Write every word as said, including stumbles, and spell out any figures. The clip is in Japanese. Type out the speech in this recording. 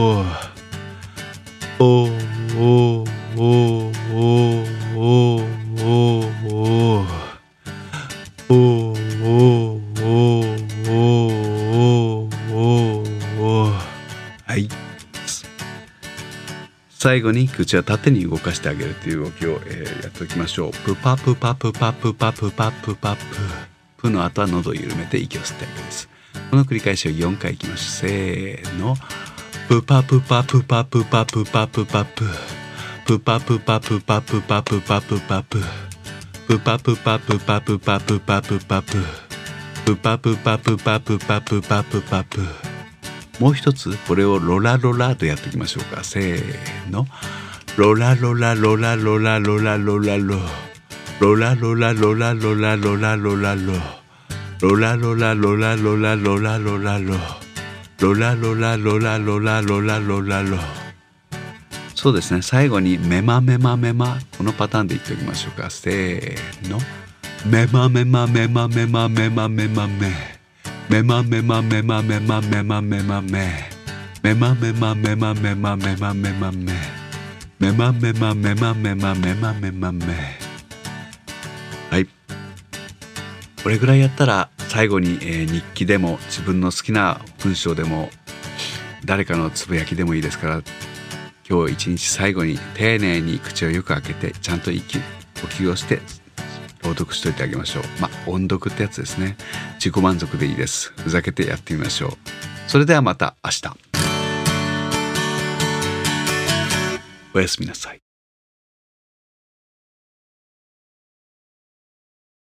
おおおおおおおおお。はい。最後に口は縦に動かしてあげるという動きを、えー、やっておきましょう。プパプパプパプパプパプパプ。プの後は喉を緩めて息を吸ってあげるです。この繰り返しをよんかいいきましょう。せーの。プパプパプパプパプパプパプ。プパプパプパプパプパプパプ。プパプパプパプパプパプパプ。プパプパプパプパプパプパプ。もう一つこれをロラロラとやっていきましょうか。せーの。ロラロラロラロラロラロラロロラロラロラロラロラロラロロラロラロラロラロラロラロロラロラロラロラロラロラロそうですね、最後にメマメマメマ、このパターンで言っておきましょうか。せーの。メマメマメマメマメマメマメメマメマメマメマメマメマメメマメマメマメマメマメマメメマメマメマメマメマメマメ。はい、これぐらいやったら最後に、えー、日記でも自分の好きな文章でも誰かのつぶやきでもいいですから、今日一日最後に丁寧に口をよく開けてちゃんと息呼吸をして朗読しといてあげましょう。まあ音読ってやつですね。自己満足でいいです。ふざけてやってみましょう。それではまた明日。おやすみなさい。